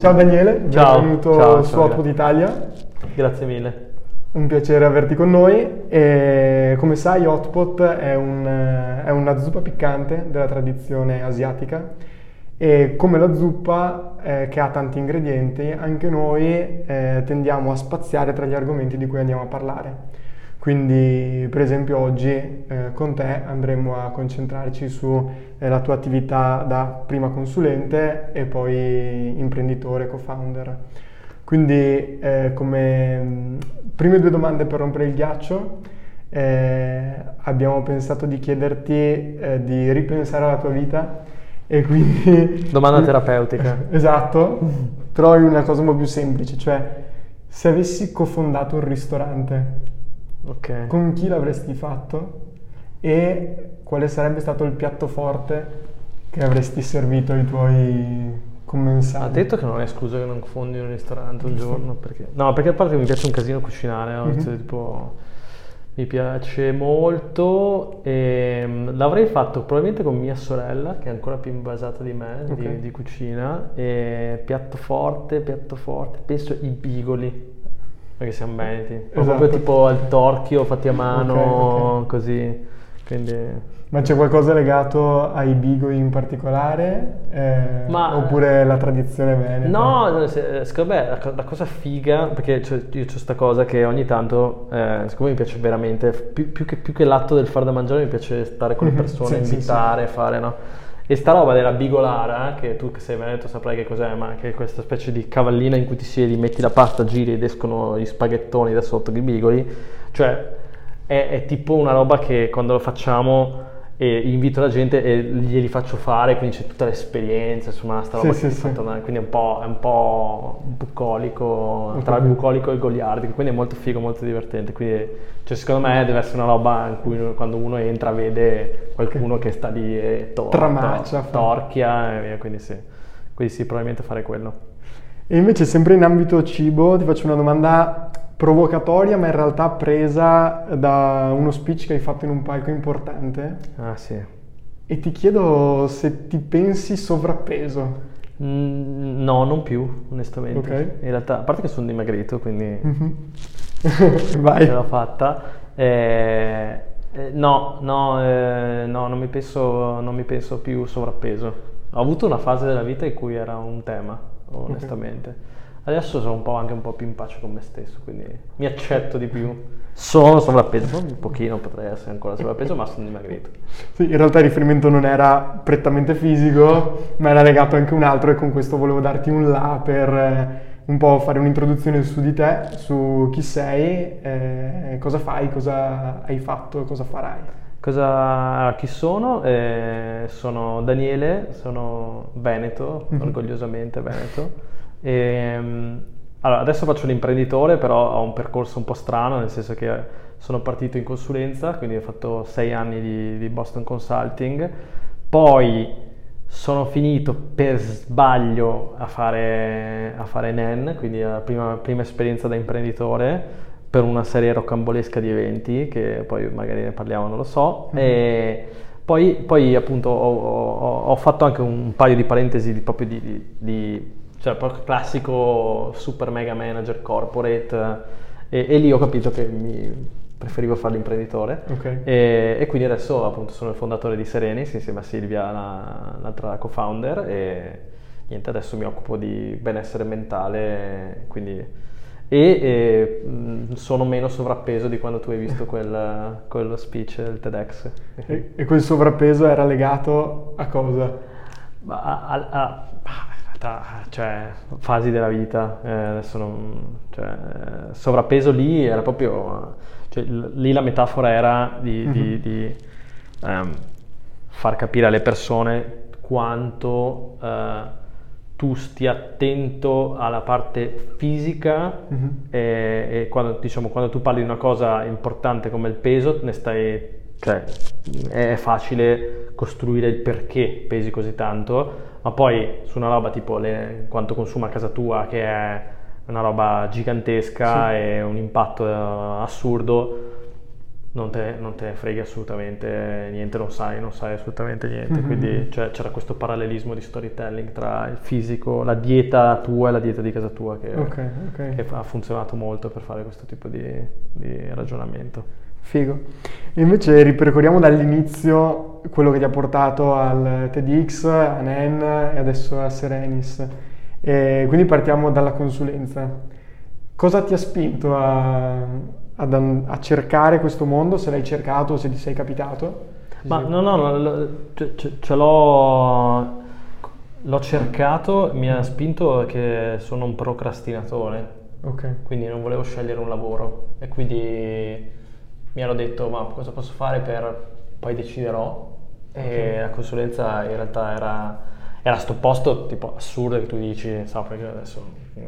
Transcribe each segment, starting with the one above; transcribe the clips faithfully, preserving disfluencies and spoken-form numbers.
Ciao Daniele, Ciao, benvenuto ciao, su ciao, Hotpot Italia. Grazie mille. Un piacere averti con noi e come sai Hotpot è, un, è una zuppa piccante della tradizione asiatica e come la zuppa eh, che ha tanti ingredienti, anche noi eh, tendiamo a spaziare tra gli argomenti di cui andiamo a parlare. Quindi per esempio oggi eh, con te andremo a concentrarci sulla eh, tua attività da prima consulente e poi imprenditore, co-founder. Quindi eh, come mh, prime due domande per rompere il ghiaccio, eh, abbiamo pensato di chiederti eh, di ripensare alla tua vita e quindi... Domanda terapeutica. Esatto, però in una cosa un po' più semplice, cioè se avessi cofondato un ristorante, Ok. con chi l'avresti fatto e quale sarebbe stato il piatto forte che avresti servito ai tuoi commensali? Ha detto che non è escluso che non fondi un ristorante un giorno, perché... No, perché a parte mi piace un casino cucinare, no? Mhm. Cioè, tipo, mi piace molto e mm, l'avrei fatto probabilmente con mia sorella, che è ancora più invasata di me, Ok. di, di cucina, e piatto forte, piatto forte, penso i bigoli, perché siamo veneti, Esatto. proprio tipo al torchio, fatti a mano, Ok, ok. così, quindi... Ma c'è qualcosa legato ai bigoli in particolare? Eh, Ma- oppure la tradizione veneta? No, no, se- secondo me la, co- la cosa figa, perché c'ho- io ho questa cosa che ogni tanto, eh, siccome mi piace veramente, più, più che, più che l'atto del fare da mangiare, mi piace stare con le Mhm, persone, sì, sì, invitare, fare, no? E sta roba della bigolara, che tu che sei veneto saprai che cos'è, ma che è questa specie di cavallina in cui ti siedi, metti la pasta, giri ed escono gli spaghettoni da sotto, i bigoli, cioè è, è tipo una roba che quando lo facciamo e invito la gente e glieli faccio fare, quindi c'è tutta l'esperienza, insomma, sta roba Sì, che sì, ti fa sì. tornare, quindi è un po', è un po' bucolico, Ho tra il capito. bucolico e il goliardico, quindi è molto figo, molto divertente, quindi cioè, secondo me deve essere una roba in cui uno- quando uno entra vede qualcuno che sta lì e to- Tramaccia, to- fa. torchia e via, quindi sì, quindi sì, probabilmente fare quello. E invece sempre in ambito cibo ti faccio una domanda provocatoria ma in realtà presa da uno speech che hai fatto in un palco importante Ah sì. e ti chiedo se ti pensi sovrappeso. Mm, no, non più, onestamente. Ok. In realtà, a parte che sono dimagrito, quindi Mhm. ce l'ho Vai. fatta. Eh, eh, no, no, eh, no, non mi penso, non mi penso più sovrappeso. Ho avuto una fase della vita in cui era un tema, onestamente. Adesso sono un po' anche un po' più in pace con me stesso, quindi mi accetto di più. Sono sovrappeso, un pochino potrei essere ancora sovrappeso, ma sono dimagrito. Sì, in realtà il riferimento non era prettamente fisico, ma era legato anche a un altro e con questo volevo darti un là per eh, un po' fare un'introduzione su di te, su chi sei, eh, cosa fai, cosa hai fatto, cosa farai. Cosa, chi sono? Eh, sono Daniele, sono veneto, Mhm. orgogliosamente veneto. Ehm, allora, adesso faccio l'imprenditore, però ho un percorso un po' strano, nel senso che sono partito in consulenza, quindi ho fatto sei anni di, di Boston Consulting, poi sono finito per sbaglio a fare, a fare N E N, quindi la prima, prima esperienza da imprenditore, per una serie rocambolesca di eventi, che poi magari ne parliamo, non lo so. Mhm. E poi, poi appunto ho, ho- ho fatto anche un paio di parentesi di, proprio di, di- di- cioè proprio classico super mega manager corporate e, e lì ho capito che mi preferivo fare l'imprenditore Ok. e, e quindi adesso appunto sono il fondatore di Serenis insieme a Silvia, la- l'altra co-founder e niente, adesso mi occupo di benessere mentale, quindi e, e, mh, sono meno sovrappeso di quando tu hai visto quel, quello speech del TEDx. E, e quel sovrappeso era legato a cosa? Ma a- a- a- in realtà, cioè, fasi della vita, eh, adesso non, cioè, sovrappeso lì era proprio, cioè, l- lì la metafora era di, di- Mhm. di, ehm, far capire alle persone quanto eh, tu stia attento alla parte fisica Mhm. e, e quando, diciamo, quando tu parli di una cosa importante come il peso, ne stai, cioè, è facile costruire il perché pesi così tanto, ma poi su una roba tipo le- quanto consuma a casa tua, che è una roba gigantesca Sì. e un impatto eh, assurdo, non te, non te ne freghi assolutamente niente, non sai, non sai assolutamente niente, mm-hmm. Quindi cioè, c'era questo parallelismo di storytelling tra il fisico, la dieta tua e la dieta di casa tua che, okay, okay. che ha funzionato molto per fare questo tipo di, di ragionamento. Figo. E invece ripercorriamo dall'inizio quello che ti ha portato al TEDx, a N E N e adesso a Serenis. E quindi partiamo dalla consulenza. Cosa ti ha spinto a, a, a cercare questo mondo, se l'hai cercato o se ti sei capitato? Ma no, no, no ce, ce l'ho, l'ho cercato, mi ha spinto che sono un procrastinatore, okay. Quindi non volevo scegliere un lavoro e quindi mi ero detto ma cosa posso fare per poi deciderò, e okay. La consulenza in realtà era, era sto posto tipo assurdo che tu dici, so, perché adesso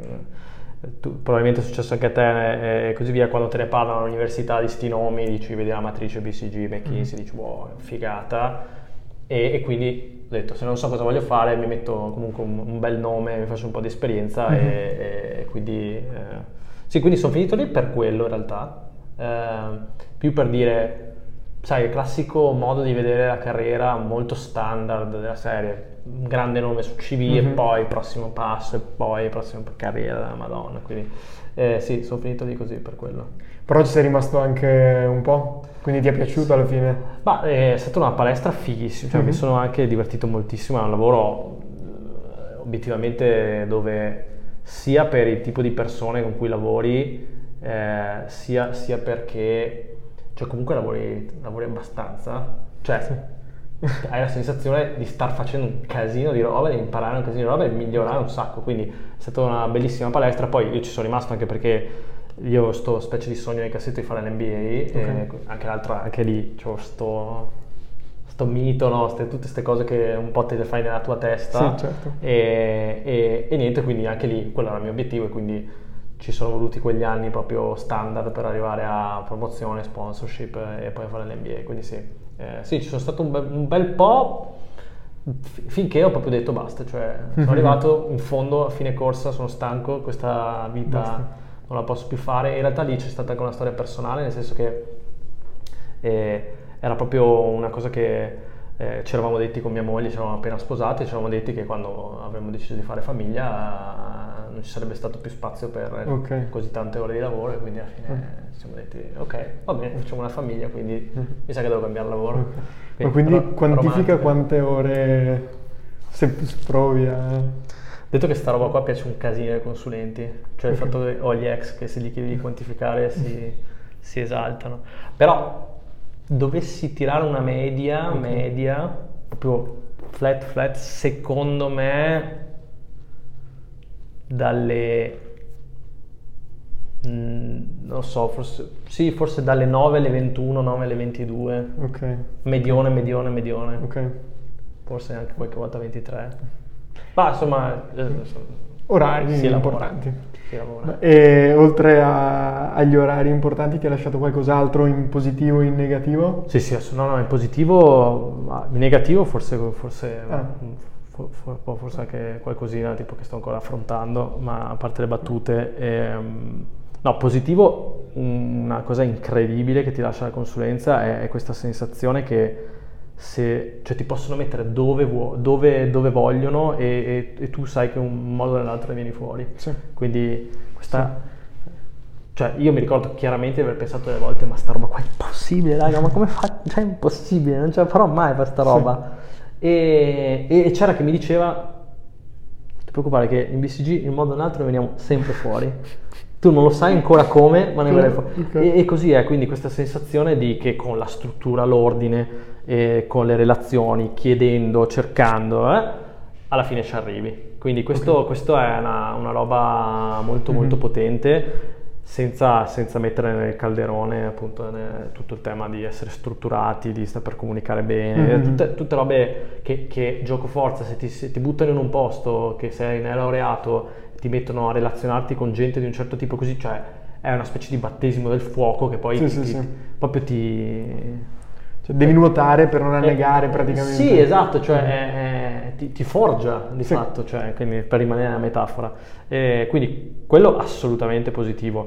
tu, probabilmente è successo anche a te e così via, quando te ne parlano all'università di sti nomi, dici vedi la matrice B C G, McKinsey, mm. dici wow, figata, e, e quindi ho detto se non so cosa voglio fare mi metto comunque un, un bel nome, mi faccio un po' di esperienza mm-hmm. e, e quindi eh, sì, quindi sono finito lì per quello in realtà, eh, più per dire, sai, il classico modo di vedere la carriera molto standard della serie, un grande nome su C V mm-hmm. e poi il prossimo passo e poi il prossimo carriera della Madonna, quindi eh, sì, sono finito lì così per quello. Però ci sei rimasto anche un po', quindi ti è piaciuto alla fine? Ma è stata una palestra fighissima, cioè mm-hmm. mi sono anche divertito moltissimo, è un lavoro obiettivamente dove sia per il tipo di persone con cui lavori, eh, sia, sia perché cioè comunque lavori, lavori abbastanza, cioè sì. Hai la sensazione di star facendo un casino di roba, di imparare un casino di roba e migliorare un sacco, quindi è stata una bellissima palestra. Poi io ci sono rimasto anche perché io ho sto specie di sogno nel cassetto di fare l'M B A, okay. E anche l'altra, anche lì c'ho sto, sto mito, no? Ste, tutte queste cose che un po' te le fai nella tua testa, sì, certo. e, e, e niente, quindi anche lì quello era il mio obiettivo e quindi ci sono voluti quegli anni proprio standard per arrivare a promozione, sponsorship e poi fare l'M B A, quindi sì. Eh, sì, ci sono stato un bel, un bel po' finché ho proprio detto basta, cioè sono arrivato in fondo a fine corsa, sono stanco, questa vita basta. Non la posso più fare. In realtà lì c'è stata anche una storia personale, nel senso che eh, era proprio una cosa che eh, ci eravamo detti con mia moglie, ci eravamo appena sposati, ci eravamo detti che quando avremmo deciso di fare famiglia non ci sarebbe stato più spazio per okay. così tante ore di lavoro, e quindi alla fine mm. ci siamo detti ok, va bene, facciamo una famiglia, quindi mm. mi sa che devo cambiare lavoro. Okay. Quindi, ma quindi ro- quantifica romantica. Quante ore se provi a... Detto che sta roba qua piace un casino ai consulenti, cioè okay. il fatto che ho gli ex che se li chiedi di quantificare si, si esaltano, però dovessi tirare una media, okay. media, proprio flat flat, secondo me dalle mh, non so, forse sì, forse dalle nove alle ventuno, nove alle ventidue. Ok. Medione, medione, medione. Ok. Forse anche qualche volta ventitré. Ma insomma, eh, orari si importanti. Si lavora. E oltre a, agli orari importanti ti ha lasciato qualcos'altro in positivo e in negativo? Sì, sì, no, no, in positivo, ma in negativo forse forse ah. forse anche qualcosina tipo che sto ancora affrontando, ma a parte le battute, ehm, no, positivo, una cosa incredibile che ti lascia la consulenza è, è questa sensazione che se, cioè ti possono mettere dove, vuo, dove, dove vogliono e, e, e tu sai che un modo o nell'altro ne vieni fuori, sì. Quindi questa sì. Cioè io mi ricordo chiaramente di aver pensato delle volte ma sta roba qua è impossibile raga, ma come fa? Cioè è impossibile, non ce la farò mai per sta roba, sì. e, e c'era che mi diceva non ti preoccupare che in B C G in un modo o nell'altro ne veniamo sempre fuori, tu non lo sai ancora come ma ne verrai fuori, okay. e, e così è, quindi questa sensazione di che con la struttura, l'ordine, e con le relazioni, chiedendo, cercando, eh, alla fine ci arrivi. Quindi questo, okay. questo è una, una roba molto mm-hmm. molto potente, senza, senza mettere nel calderone appunto nel, tutto il tema di essere strutturati, di saper comunicare bene, mm-hmm. tutte, tutte robe che, che gioco forza, se ti, se ti buttano in un posto che sei neolaureato, ti mettono a relazionarti con gente di un certo tipo così, cioè è una specie di battesimo del fuoco che poi sì, ti, sì, ti, sì. proprio ti... Cioè, devi nuotare per non annegare eh, praticamente. Sì, esatto, cioè è, è, ti, ti forgia di sì. fatto, cioè, quindi, per rimanere nella metafora. E quindi quello assolutamente positivo.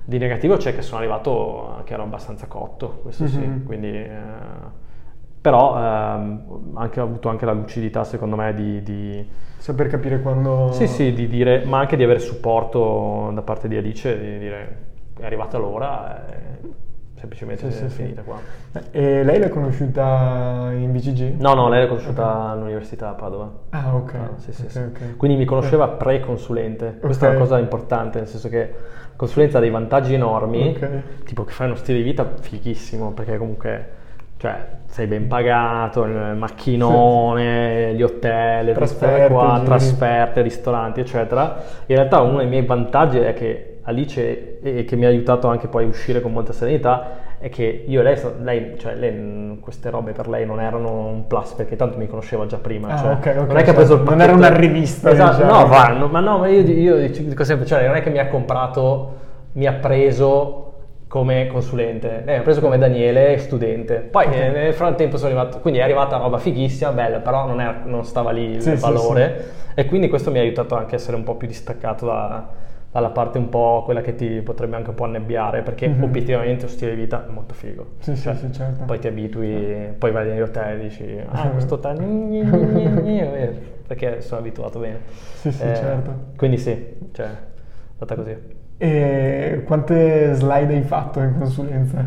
Di negativo c'è che sono arrivato che ero abbastanza cotto, questo sì, Mhm. quindi... eh, però ehm, anche, ho avuto anche la lucidità, secondo me, di... di Saper capire quando... sì, sì, di dire, ma anche di avere supporto da parte di Alice, di dire è arrivata l'ora, e semplicemente Sì, è sì, finita sì. qua. E lei l'hai conosciuta in B C G? No, no, lei l'ho conosciuta all'università a Padova. Ah, ok. Ah, sì, sì, Ok, sì. ok. Quindi mi conosceva pre-consulente. Questa è Ok. una cosa importante, nel senso che la consulenza ha dei vantaggi enormi, Ok. tipo che fai uno stile di vita fighissimo, perché comunque, cioè, sei ben pagato, il macchinone, gli hotel, tutte queste robe Trasferte, qua, giri. trasferte, ristoranti, eccetera. In realtà uno dei miei vantaggi è che Alice, e che mi ha aiutato anche poi a uscire con molta serenità, è che io e lei, lei, cioè lei, queste robe per lei non erano un plus, perché tanto mi conosceva già prima. Ah, cioè, ok, ok, non è che ha preso il certo. Non pacchetto. era una rivista, Esatto, diciamo. no, va, no, ma no, ma io, io dico sempre, cioè non è che mi ha comprato, mi ha preso come consulente, lei mi ha preso come Daniele, studente. Poi Ok. eh, nel frattempo sono arrivato, quindi è arrivata roba fighissima, bella, però non, è- non stava lì il Sì, sì, valore. E quindi questo mi ha aiutato anche a essere un po' più distaccato da- dalla parte un po' quella che ti potrebbe anche un po' annebbiare, perché Mhm. obiettivamente lo stile di vita è molto figo. Sì, sì, Cioè, sì, certo. poi ti abitui, poi vai negli hotel e dici, ah, questo hotel, gni, gni, gni, gni, eh, perché sono abituato bene. Sì, sì, Eh, certo. Quindi sì, cioè, è stata così. E quante slide hai fatto in consulenza?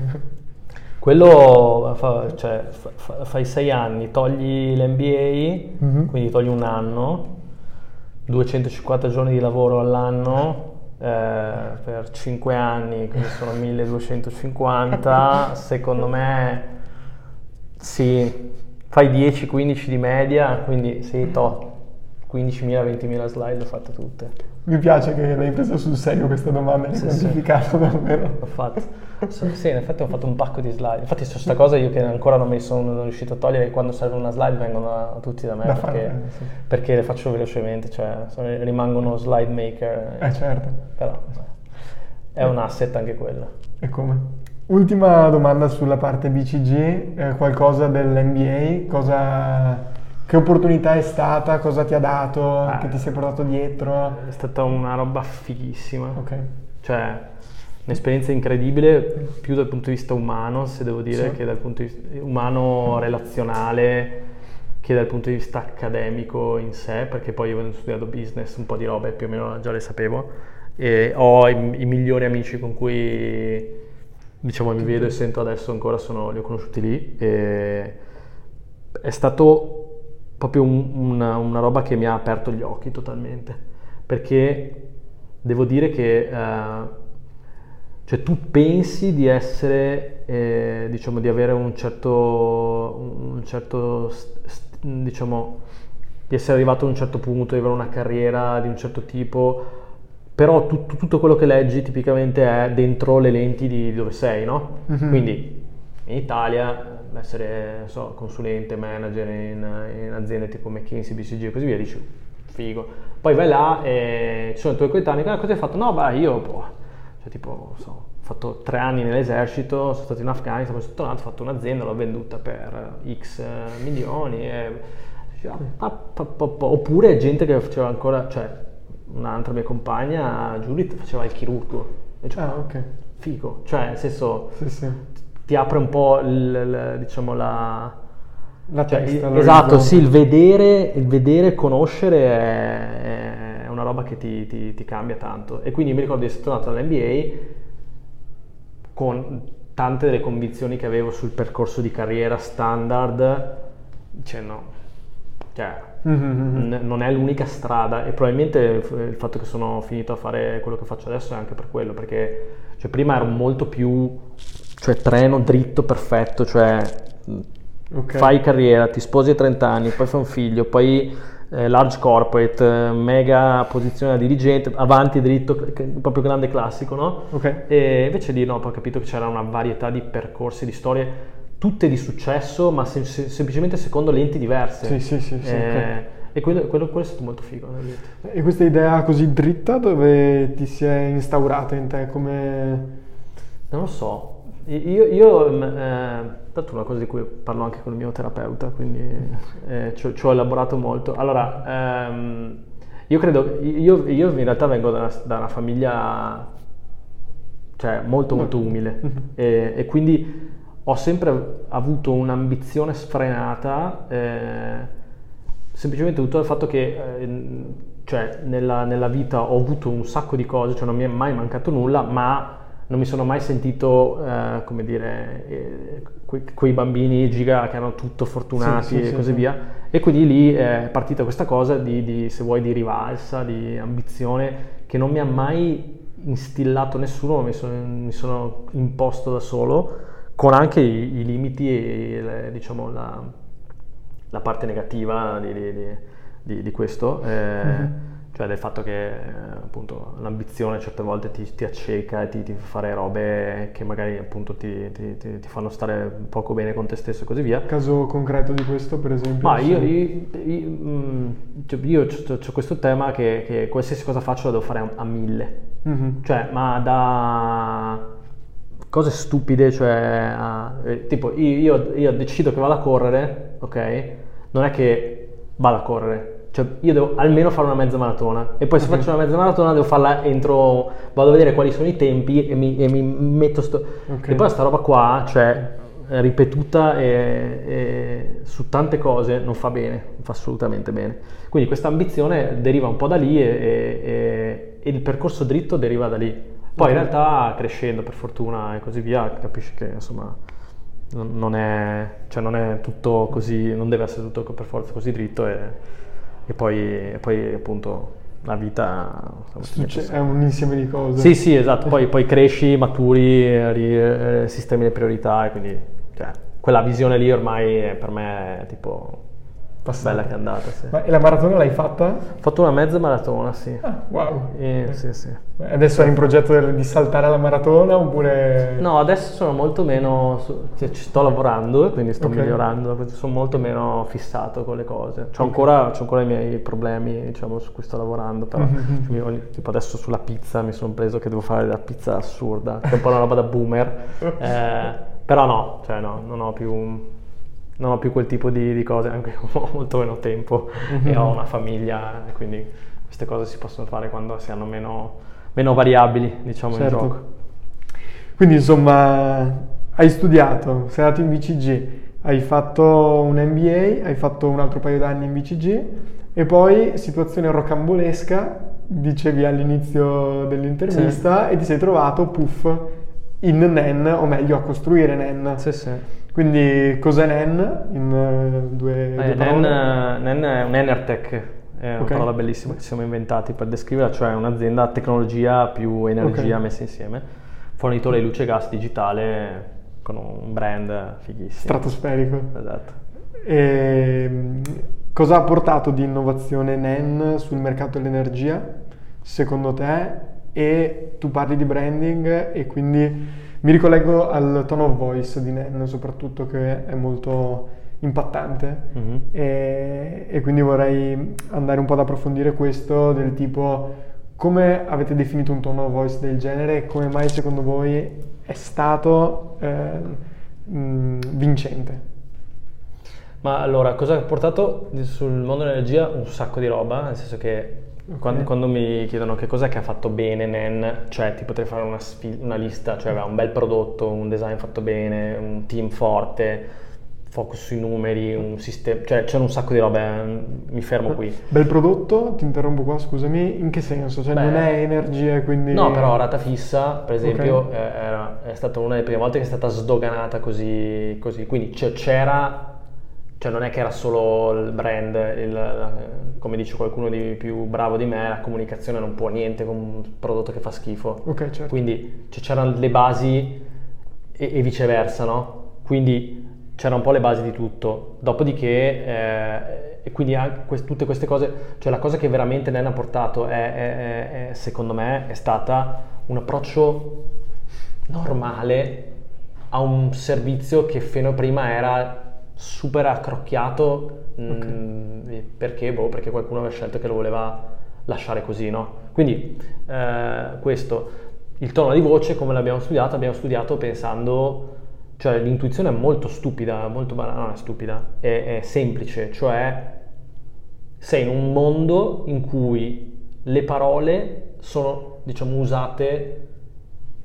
Quello, fa- cioè, fa- fa- fai sei anni, togli l'M B A, Mhm. quindi togli un anno, duecentocinquanta giorni di lavoro all'anno, eh, per cinque anni, quindi sono milleduecentocinquanta, secondo me sì, fai dieci quindici di media, quindi sì, to, quindicimila ventimila slide le ho fatte tutte. Mi piace che l'hai presa sul serio questa domanda, l'hai Sì, sì. quantificata davvero. Ho fatto. So- Sì, in effetti ho fatto un pacco di slide. Infatti c'è questa cosa io che ancora non mi sono riuscito a togliere, che quando serve una slide vengono a- tutti da me Da perché, fare, sì. perché le faccio velocemente, cioè sono- rimangono slide maker. Eh, certo. Però è un asset anche quello. E come? Ultima domanda sulla parte B C G, eh, qualcosa dell'M B A, cosa, che opportunità è stata, cosa ti ha dato, Ah, che ti sei portato dietro? È stata una roba fighissima. Ok. Cioè, un'esperienza incredibile più dal punto di vista umano, se devo dire, Sì. che dal punto di vista umano relazionale, che dal punto di vista accademico in sé, perché poi io avendo studiato business, un po' di robe più o meno già le sapevo, e ho i, i migliori amici con cui, diciamo, mi vedo e sento adesso ancora, sono, li ho conosciuti lì, e è stato proprio un- una, una roba che mi ha aperto gli occhi totalmente, perché devo dire che eh, cioè tu pensi di essere, eh, diciamo, di avere un certo, un certo, st- st- diciamo, di essere arrivato a un certo punto, di avere una carriera di un certo tipo, però tut- tutto quello che leggi tipicamente è dentro le lenti di dove sei, no? Mhm. Quindi in Italia essere, non so, consulente, manager in, in aziende tipo McKinsey, B C G e così via, dici figo. Poi vai là e ci sono i tuoi coetanei, ah, cosa hai fatto? No, beh, io, boh, cioè tipo, non so, ho fatto tre anni nell'esercito, sono stato in Afghanistan, poi sono tornato, ho fatto un'azienda, l'ho venduta per X milioni, e, dici, ah, pa, pa, pa, pa. Oppure gente che faceva ancora, cioè un'altra mia compagna, Judith, faceva il chirurgo. E dicevo, Ah, ok. figo, cioè nel senso Sì, sì. ti apre un po' il, il- diciamo la, La cioè, testa, il- l'orizzonte. esatto, sì, il vedere, il vedere, conoscere è, è una roba che ti, ti- ti cambia tanto. E quindi mi ricordo di essere tornato all'N B A con tante delle convinzioni che avevo sul percorso di carriera standard, dicendo, cioè, Mhm. n- non è l'unica strada, e probabilmente il il fatto che sono finito a fare quello che faccio adesso è anche per quello, perché cioè, prima ero molto più, cioè treno dritto perfetto, cioè Ok. fai carriera, ti sposi a trenta anni, poi fai un figlio, poi eh, large corporate, eh, mega posizione da dirigente, avanti dritto, che- proprio grande classico, no? Ok. E invece di no, poi ho capito che c'era una varietà di percorsi, di storie, tutte di successo, ma sem- sem- semplicemente secondo lenti diverse. Sì, sì, sì, sì, Eh, ok. E quello, quello- quello è stato molto figo, devo dirti. E questa idea così dritta dove ti si è instaurata in te? Come... Non lo so, io, io mm, eh, tanto una cosa di cui parlo anche con il mio terapeuta, quindi eh, ci, ho- ci ho elaborato molto. Allora, ehm, io credo, io, io in realtà vengo da una, da una famiglia cioè molto molto umile. Mhm. E, e quindi ho sempre avuto un'ambizione sfrenata, eh, semplicemente dovuto al fatto che eh, cioè, nella, nella vita ho avuto un sacco di cose, cioè non mi è mai mancato nulla, ma non mi sono mai sentito, eh, come dire, eh, que- quei bambini giga che hanno tutto fortunati Sì, sì, e sì, così sì. via. E quindi lì è partita questa cosa di, di, se vuoi, di rivalsa, di ambizione, che non mi ha mai instillato nessuno, mi sono, mi sono imposto da solo, con anche i, i limiti e le- diciamo la, la parte negativa di, di- di- di- di questo, eh, Mhm. cioè del fatto che eh, appunto l'ambizione certe volte ti, ti acceca e ti, ti fa fare robe che magari appunto ti, ti- ti- ti fanno stare poco bene con te stesso e così via. Caso concreto di questo, per esempio? Ma io, Sì. io, io, mm, cioè, io ho questo tema che, che qualsiasi cosa faccio la devo fare a, a mille, Mhm. cioè ma da cose stupide, cioè a- eh, tipo io, io, io decido che vado a correre, ok? Non è che vado a correre, cioè io devo almeno fare una mezza maratona e poi se Ok. faccio una mezza maratona devo farla entro, vado a vedere quali sono i tempi e mi, e mi metto sto... Ok. E poi sta roba qua, cioè ripetuta e, e su tante cose non fa bene, non fa assolutamente bene. Quindi questa ambizione deriva un po' da lì e, e- e il percorso dritto deriva da lì. Poi in Ok. realtà crescendo per fortuna e così via capisci che insomma non non è, cioè non è tutto così, non deve essere tutto per forza così dritto e, e poi, e poi appunto la vita insomma, ti mette Succe- è un insieme di cose. sì, sì, esatto, poi, poi cresci, maturi, eh, ri- eh, sistemi le priorità e quindi cioè, quella visione lì ormai è- per me è tipo Passata. bella che è andata, sì. Ma e la maratona l'hai fatta? Ho fatto una mezza maratona, sì. Ah, wow. Eh, sì, sì. Adesso hai in progetto di saltare la maratona oppure... No, adesso sono molto meno, su- cioè, ci sto lavorando, quindi sto Ok. migliorando, quindi sono molto meno fissato con le cose. C'ho ancora, c'ho ancora i miei problemi, diciamo, su cui sto lavorando, però Mhm. mi voglio- tipo adesso sulla pizza mi sono preso che devo fare la pizza assurda, che è un po' una roba da boomer, eh, però no, cioè no, non ho più, non ho più quel tipo di, di cose, anche ho molto meno tempo e ho una famiglia, e quindi queste cose si possono fare quando si hanno meno, meno variabili, diciamo, in Certo. gioco. Quindi insomma hai studiato, sei andato in B C G, hai fatto un M B A, hai fatto un altro paio d'anni in B C G e poi situazione rocambolesca, dicevi all'inizio dell'intervista, e ti sei trovato, puff, in Nen, o meglio a costruire Nen. Sì, sì. Quindi cos'è Nen in eh, due, due Eh, parole? Nen, Nen è un Enertech, è una Ok. parola bellissima che ci siamo inventati per descriverla, cioè un'azienda tecnologia più energia Ok. messa insieme, fornitore di luce e gas digitale con un brand fighissimo. Stratosferico. Esatto. E, mh, cosa ha portato di innovazione Nen sul mercato dell'energia, secondo te? E tu parli di branding e quindi mi ricollego al tone of voice di Nen, soprattutto, che è molto impattante. Mhm. E, e quindi vorrei andare un po' ad approfondire questo, del tipo come avete definito un tone of voice del genere e come mai secondo voi è stato eh, mh, vincente. Ma allora, cosa ha portato sul mondo dell'energia? Un sacco di roba, nel senso che Ok. quando, quando mi chiedono che cos'è che ha fatto bene Nen, cioè ti potrei fare una, sfi- una lista, cioè aveva un bel prodotto, un design fatto bene, un team forte, focus sui numeri, un sistema, cioè c'era un sacco di robe, eh, mi fermo qui. Bel prodotto, ti interrompo qua, scusami, in che senso? Cioè Beh, non è energia, quindi... No, però rata fissa, per esempio, Ok. eh, era- è stata una delle prime volte che è stata sdoganata così, così. Quindi c- c'era, cioè non è che era solo il brand, il- la- come dice qualcuno di più bravo di me, la comunicazione non può niente con un prodotto che fa schifo. Ok, certo. Quindi cioè, c'erano le basi e, e viceversa, no? Quindi c'erano un po' le basi di tutto. Dopodiché, eh, e quindi anche quest- tutte queste cose, cioè la cosa che veramente Nen ha portato è, è- è- è, secondo me, è stata un approccio normale a un servizio che fino a prima era super accrocchiato, mh, perché? Boh, perché qualcuno aveva scelto che lo voleva lasciare così, no? Quindi eh, questo, il tono di voce, come l'abbiamo studiato, abbiamo studiato pensando, cioè l'intuizione è molto stupida, molto banale, non è stupida, è, è semplice, cioè sei in un mondo in cui le parole sono, diciamo, usate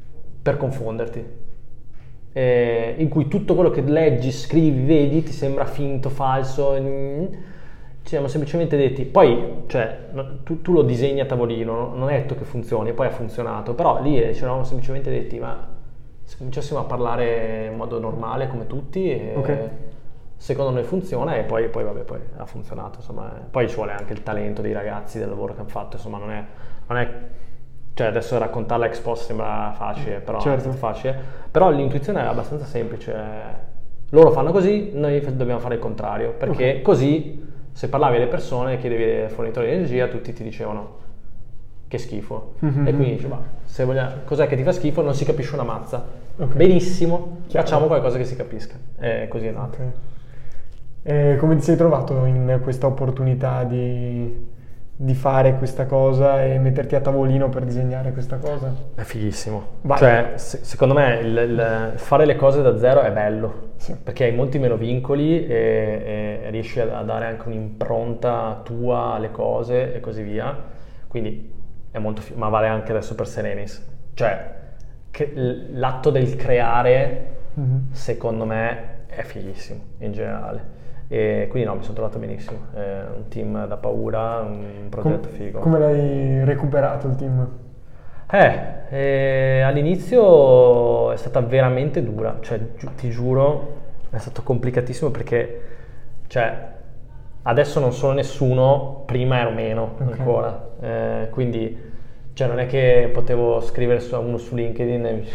per confonderti. Eh, in cui tutto quello che leggi, scrivi, vedi ti sembra finto, falso. Ci siamo semplicemente detti, poi cioè, tu, tu lo disegni a tavolino, non è detto che funzioni, poi ha funzionato, però lì ci eravamo semplicemente detti, ma se cominciassimo a parlare in modo normale come tutti, e okay. secondo noi funziona, e poi, poi vabbè, poi ha funzionato, insomma. Poi ci vuole anche il talento dei ragazzi, del lavoro che hanno fatto, insomma, non è, non è cioè adesso raccontarla ex post sembra facile, però certo. è facile, però l'intuizione è abbastanza semplice. Loro fanno così, noi dobbiamo fare il contrario, perché okay. così se parlavi alle persone e chiedevi ai fornitori di energia, tutti ti dicevano che schifo. Mm-hmm. E quindi dici, ma se vogliamo, cos'è che ti fa schifo? Non si capisce una mazza. Okay. Benissimo, chiaro. Facciamo qualcosa che si capisca. E così è nato. Okay. E come ti sei trovato in questa opportunità di, di fare questa cosa e metterti a tavolino per disegnare questa cosa? È fighissimo. Vai. Cioè, se, secondo me il, il fare le cose da zero è bello, sì. perché hai molti meno vincoli e, e riesci a dare anche un'impronta tua alle cose e così via. Quindi è molto figo, ma vale anche adesso per Serenis. Cioè, che, l'atto del creare, mm-hmm. secondo me, è fighissimo in generale. E quindi no, mi sono trovato benissimo, è un team da paura, un progetto Com- figo. Come l'hai recuperato il team? Eh, eh, all'inizio è stata veramente dura, cioè gi- ti giuro è stato complicatissimo perché cioè adesso non sono nessuno, prima ero meno okay. ancora, eh, quindi cioè non è che potevo scrivere su uno su LinkedIn e,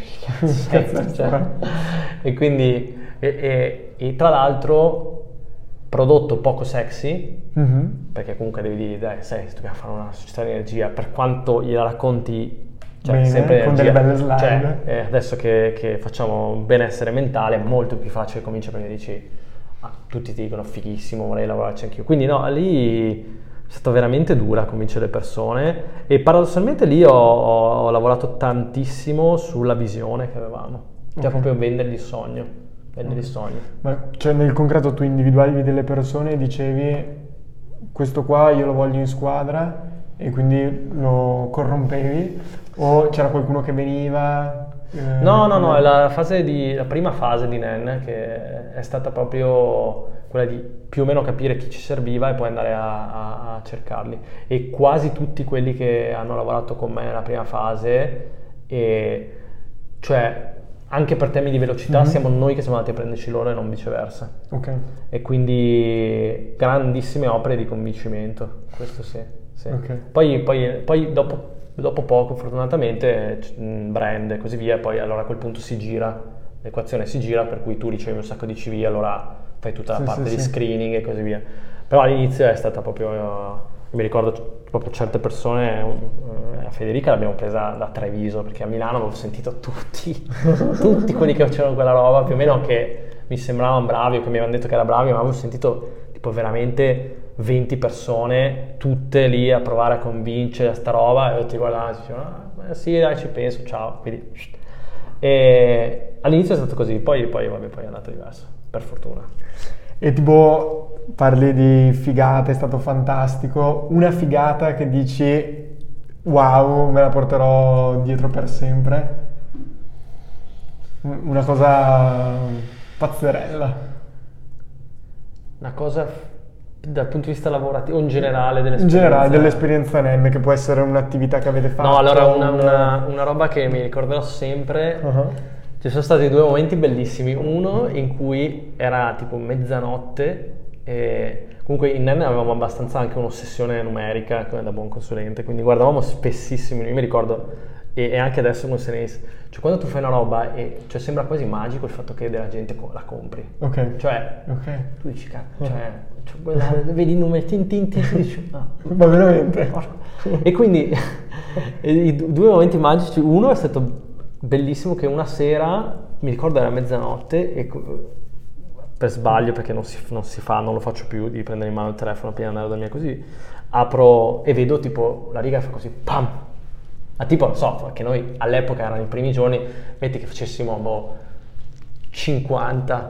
cioè, e quindi e, e, e tra l'altro prodotto poco sexy, mm-hmm. perché comunque devi dire, dai, sai, dobbiamo fare una società di energia, per quanto gliela racconti, cioè, bene, sempre con energia, delle belle slide. Cioè, eh, adesso che, che facciamo benessere mentale, è molto più facile cominciare perché dici, ah, tutti ti dicono fighissimo, vorrei lavorarci anch'io. Quindi no, lì è stata veramente dura convincere le persone e paradossalmente lì ho, ho lavorato tantissimo sulla visione che avevamo, cioè okay. proprio vendergli il sogno. Vendere il sogno. Ma cioè nel concreto tu individuavi delle persone e dicevi questo qua io lo voglio in squadra e quindi lo corrompevi o c'era qualcuno che veniva? Eh, no, no, no, la fase di, la prima fase di Nen che è stata proprio quella di più o meno capire chi ci serviva e poi andare a, a, a cercarli e quasi tutti quelli che hanno lavorato con me nella prima fase e cioè anche per temi di velocità mm-hmm. siamo noi che siamo andati a prenderci loro e non viceversa. Ok. E quindi grandissime opere di convincimento, questo sì. sì. Okay. Poi, poi, poi dopo, dopo poco, fortunatamente, brand e così via, poi allora a quel punto si gira, l'equazione si gira, per cui tu ricevi un sacco di C V, allora fai tutta la sì, parte sì, di sì. screening e così via. Però all'inizio è stata proprio... Mi ricordo proprio certe persone, a Federica l'abbiamo presa da Treviso perché a Milano avevo sentito tutti, tutti quelli che facevano quella roba, più o meno che mi sembravano bravi o che mi avevano detto che era bravi, ma avevo sentito tipo veramente venti persone, tutte lì a provare a convincere a sta roba e io ti guardavo e dicevo, ah, sì dai ci penso, ciao. Quindi, e all'inizio è stato così, poi, poi, vabbè, poi è andato diverso, per fortuna. E tipo parli di figate, è stato fantastico, una figata che dici wow, me la porterò dietro per sempre, una cosa pazzerella. Una cosa dal punto di vista lavorativo o in generale dell'esperienza? In generale dell'esperienza Nen, che può essere un'attività che avete fatto. No, allora una, una, una roba che mi ricorderò sempre. Uh-huh. Ci sono stati due momenti bellissimi, uno in cui era tipo mezzanotte e comunque in Nen avevamo abbastanza anche un'ossessione numerica come da buon consulente, quindi guardavamo spessissimo, io mi ricordo e, e anche adesso con Senenis, cioè quando tu fai una roba e cioè, sembra quasi magico il fatto che della gente la compri, ok, cioè okay. tu dici cazzo, cioè, cioè quella, vedi i numeri tin tin tin, tin dici ah, ma veramente e quindi i due momenti magici, uno è stato bellissimo che una sera, mi ricordo era mezzanotte e per sbaglio perché non si, non si fa, non lo faccio più di prendere in mano il telefono prima di andare da mia così, apro e vedo tipo la riga fa così pam, ma tipo non so, che noi all'epoca erano i primi giorni, metti che facessimo boh, cinquanta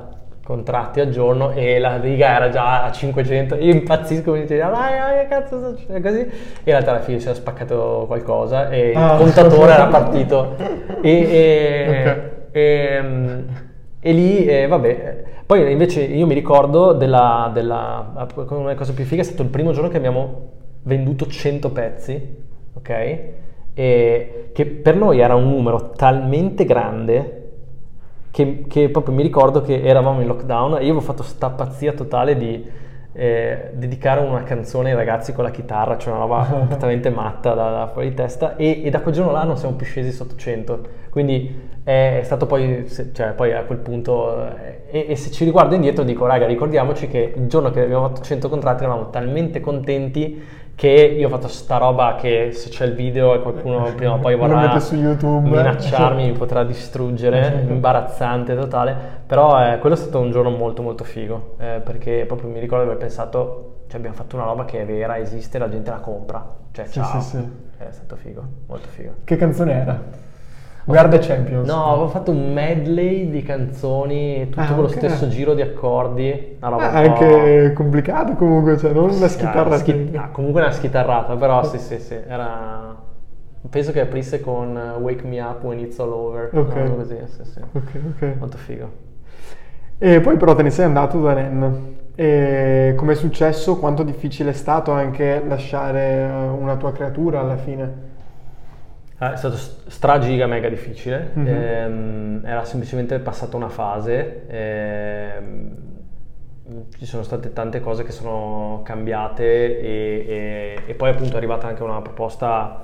contratti al giorno e la riga era già a cinquecento, io impazzisco, mi dicevo dai, dai, che cazzo sto facendo?" così, e in realtà alla fine si era spaccato qualcosa e Ah. il contatore era partito e, e, Ok. e, e lì eh, vabbè, poi invece io mi ricordo della, della una cosa più figa è stato il primo giorno che abbiamo venduto cento pezzi, ok? E che per noi era un numero talmente grande che, che proprio mi ricordo che eravamo in lockdown e io avevo fatto sta pazzia totale di eh, dedicare una canzone ai ragazzi con la chitarra, cioè una roba completamente matta da, da fuori di testa e, e da quel giorno là non siamo più scesi sotto cento, quindi è, è stato poi, se- cioè poi a quel punto eh, e, e se ci riguardo indietro dico raga, ricordiamoci che il giorno che abbiamo fatto cento contratti eravamo talmente contenti che io ho fatto sta roba che se c'è il video e qualcuno prima o poi Lo vorrà mette su YouTube. minacciarmi, mi potrà distruggere, imbarazzante totale, però eh, quello è stato un giorno molto molto figo, eh, perché proprio mi ricordo di aver pensato, cioè abbiamo fatto una roba che è vera, esiste, la gente la compra, cioè Sì, ciao, sì, sì. è stato figo, molto figo. Che canzone era? We Are the Champions. No, avevo fatto un medley di canzoni, tutto Ah, con lo ok. stesso giro di accordi, una roba Ah, un po'... anche complicato comunque, cioè non una Sì, schitarra. una schi- ah, comunque una schitarrata, però sì, sì, sì, era... Penso che aprisse con uh, Wake Me Up When It's All Over, Ok. una roba così, sì, sì. Ok, ok. Molto figo. E poi però te ne sei andato da Nen. E come è successo? Quanto difficile è stato anche lasciare eh, una tua creatura alla fine? Eh, È stato st- stra giga mega difficile, Mhm. ehm, era semplicemente passata una fase, ehm, ci sono state tante cose che sono cambiate e, e- e poi appunto è arrivata anche una proposta,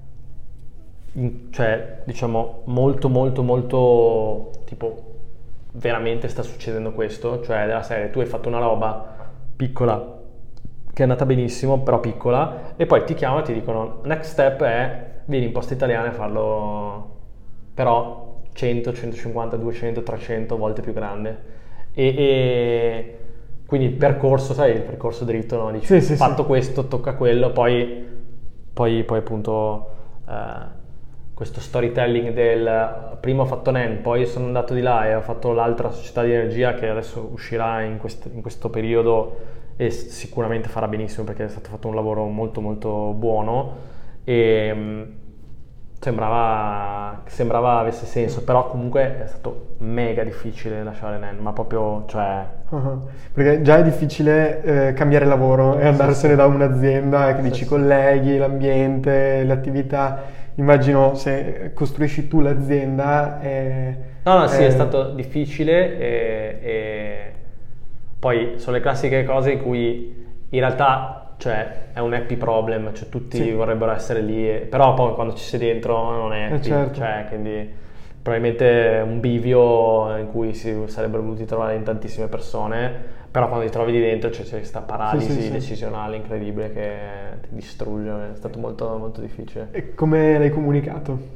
in- cioè diciamo molto molto molto tipo veramente sta succedendo questo, cioè della serie tu hai fatto una roba piccola che è andata benissimo, però piccola, e poi ti chiamano e ti dicono next step è vieni in Poste Italiane a farlo però cento, centocinquanta, duecento, trecento volte più grande e, e quindi il percorso, sai, il percorso dritto, no? Dici, Sì, sì, fatto sì. questo, tocca quello, poi, poi, poi appunto eh, questo storytelling del prima ho fatto Nen, poi sono andato di là e ho fatto l'altra società di energia che adesso uscirà in, quest- in questo periodo e s- sicuramente farà benissimo perché è stato fatto un lavoro molto molto buono e mh, sembrava, sembrava avesse senso, però comunque è stato mega difficile lasciare Nen, ma proprio, cioè... Ah, perché già è difficile eh, cambiare lavoro e andarsene sì. da un'azienda che Sì, dici sì. colleghi, l'ambiente, le attività. Immagino se costruisci tu l'azienda. E, No, no, sì, eh, è stato difficile e, e poi sono le classiche cose in cui in realtà cioè, è un happy problem, cioè tutti Sì. vorrebbero essere lì, e- però poi quando ci sei dentro non è Eh, happy, certo. cioè, quindi probabilmente è un bivio in cui si sarebbero voluti trovare in tantissime persone, però quando ti trovi lì dentro cioè, c'è questa paralisi Sì, sì, sì. decisionale incredibile che ti distrugge, è stato molto, molto difficile. E come l'hai comunicato?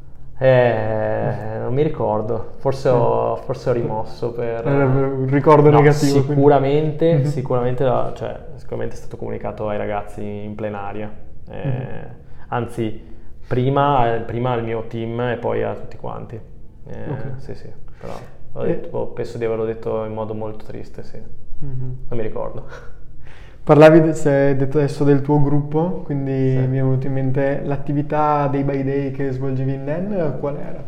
Eh, non mi ricordo, forse ho, forse ho rimosso per... Eh, un ricordo No, negativo, quindi. Sicuramente, Mhm. sicuramente, la- cioè, sicuramente è stato comunicato ai ragazzi in plenaria, eh, Mhm. anzi prima, prima al mio team e poi a tutti quanti. Eh, Ok. Sì, sì, però ho E- detto- boh, penso di averlo detto in modo molto triste, sì, Mhm. non mi ricordo. Parlavi, de- se hai detto adesso del tuo gruppo, quindi Sì. mi è venuto in mente l'attività day by day che svolgevi in Nen, qual era?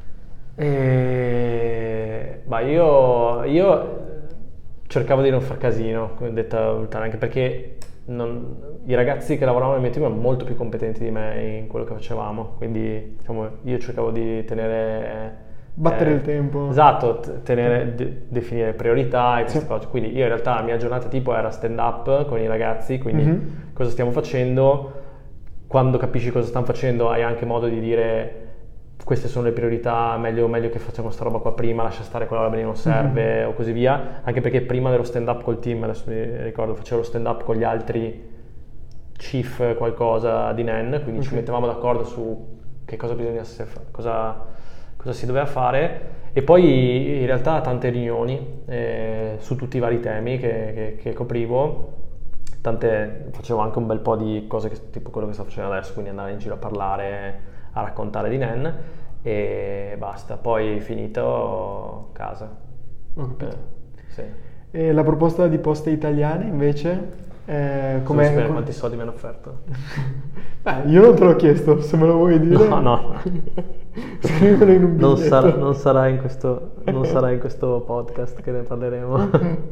E... Ma io, io cercavo di non far casino, come detta Ultana, anche perché non- i ragazzi che lavoravano nel mio team erano molto più competenti di me in quello che facevamo, quindi diciamo, io cercavo di tenere... Battere eh, il tempo. Esatto, t- tenere, de- definire priorità e queste Sì. cose. Quindi io in realtà la mia giornata tipo era stand up con i ragazzi, quindi Mhm. cosa stiamo facendo, quando capisci cosa stanno facendo hai anche modo di dire queste sono le priorità, meglio, meglio che facciamo sta roba qua prima, lascia stare quella roba lì non serve o così via, anche perché prima dello stand up col team, adesso mi ricordo, facevo lo stand up con gli altri chief qualcosa di Nen, quindi ci Ok. mettevamo d'accordo su che cosa bisogna cosa, cosa si doveva fare e poi in realtà tante riunioni eh, su tutti i vari temi che, che, che coprivo, tante, facevo anche un bel po' di cose che, tipo quello che sto facendo adesso, quindi andare in giro a parlare, a raccontare di Nen e basta, poi finito casa. Ho capito. Eh, sì. E la proposta di Poste Italiane invece? Eh, Come com'è? quanti soldi mi hanno offerto? Beh, io non te l'ho chiesto, se me lo vuoi dire. No, no. Scrivilo in un biglietto. Non sarà, non sarà in questo, non sarà in questo podcast che ne parleremo.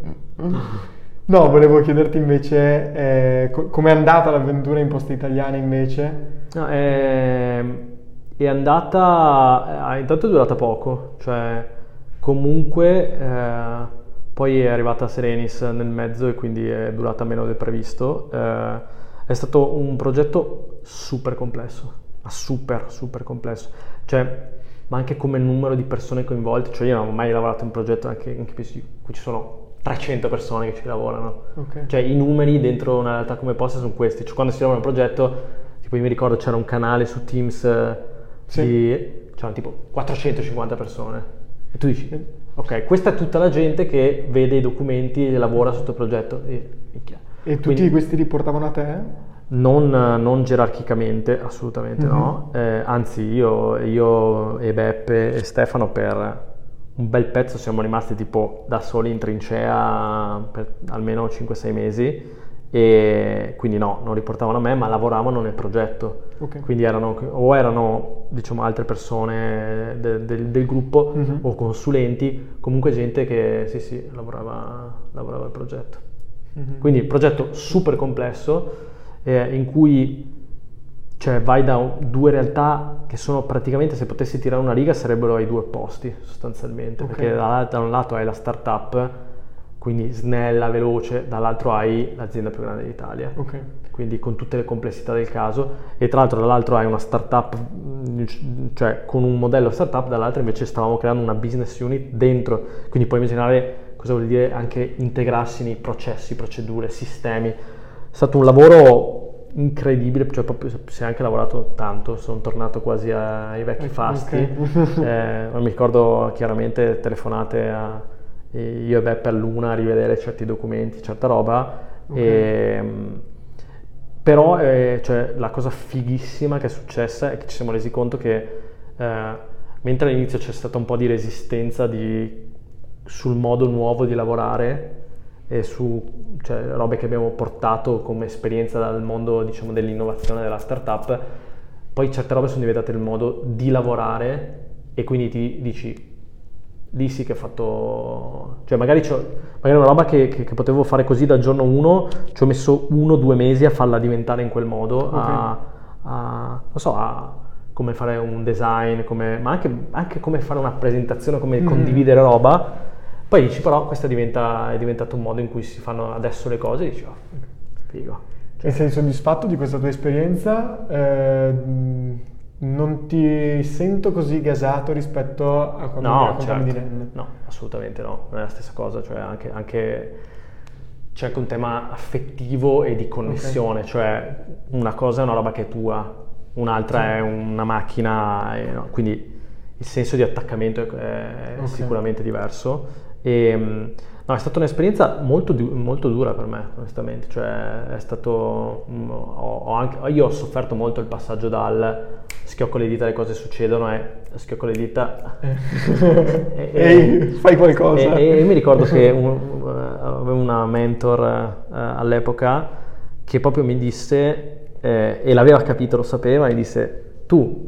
No, volevo chiederti invece eh, co- com'è andata l'avventura in Poste Italiane invece? No, è, è andata, eh, intanto è durata poco, cioè comunque eh, poi è arrivata Serenis nel mezzo e quindi è durata meno del previsto. Eh, è stato un progetto super complesso, ma super super complesso, cioè, ma anche come numero di persone coinvolte, cioè io non ho mai lavorato in un progetto anche in cui ci sono trecento persone che ci lavorano, Okay. cioè i numeri dentro una realtà come Poste sono questi, cioè quando si lavora in un progetto, tipo io mi ricordo c'era un canale su Teams eh, Sì. di, c'erano tipo quattrocentocinquanta persone e tu dici, ok, questa è tutta la gente che vede i documenti e lavora sotto il progetto. E, E tutti Quindi, questi riportavano a te? non, non gerarchicamente, assolutamente Mhm. no, eh, anzi io, io e Beppe e Stefano per un bel pezzo siamo rimasti tipo da soli in trincea per almeno cinque sei mesi e quindi no, non riportavano a me ma lavoravano nel progetto, Ok. quindi erano o erano diciamo altre persone de- del- del gruppo Mhm. o consulenti, comunque gente che sì sì lavorava, lavorava al progetto. Mhm. Quindi progetto super complesso eh, in cui cioè, vai da un- due realtà che sono praticamente, se potessi tirare una riga, sarebbero ai due opposti sostanzialmente, Ok. perché da, da un lato hai la startup, quindi snella, veloce, dall'altro hai l'azienda più grande d'Italia, Ok. quindi con tutte le complessità del caso, e tra l'altro dall'altro hai una startup, mh, cioè con un modello startup, dall'altro invece stavamo creando una business unit dentro, quindi puoi immaginare cosa vuol dire anche integrarsi nei processi, procedure, sistemi. È stato un lavoro incredibile, cioè proprio si è anche lavorato tanto, sono tornato quasi ai vecchi fasti. Ok. Eh, mi ricordo chiaramente telefonate a io e Beppe a Luna a rivedere certi documenti, certa roba. Ok. E, però eh, cioè, la cosa fighissima che è successa è che ci siamo resi conto che eh, mentre all'inizio c'è stata un po' di resistenza di, sul modo nuovo di lavorare e su cioè, robe che abbiamo portato come esperienza dal mondo diciamo, dell'innovazione della startup, poi certe robe sono diventate il modo di lavorare e quindi ti dici lì sì che ho fatto, cioè magari, c'ho, magari una roba che, che, che potevo fare così dal giorno uno, ci ho messo uno o due mesi a farla diventare in quel modo, Okay. a, a, non so, a come fare un design, come, ma anche, anche come fare una presentazione, come Mm. condividere roba. Poi dici però questo diventa, è diventato un modo in cui si fanno adesso le cose e dici oh, figo. E sei soddisfatto di questa tua esperienza? Eh, non ti sento così gasato rispetto a quando mi No, raccontavi certo. di Ren. No, assolutamente no, non è la stessa cosa, cioè anche, anche c'è anche un tema affettivo e di connessione, Ok. cioè una cosa è una roba che è tua, un'altra Sì. è una macchina, e no, quindi il senso di attaccamento è, è Ok. sicuramente diverso. E, mh, no, è stata un'esperienza molto, du- molto dura per me, onestamente, cioè è stato, mh, ho, ho anche, io ho sofferto molto il passaggio dal schiocco le dita, le cose succedono e schiocco le dita e, Ehi, fai qualcosa. e, e io mi ricordo che un, uh, avevo una mentor uh, all'epoca che proprio mi disse eh, e l'aveva capito, lo sapeva, mi disse tu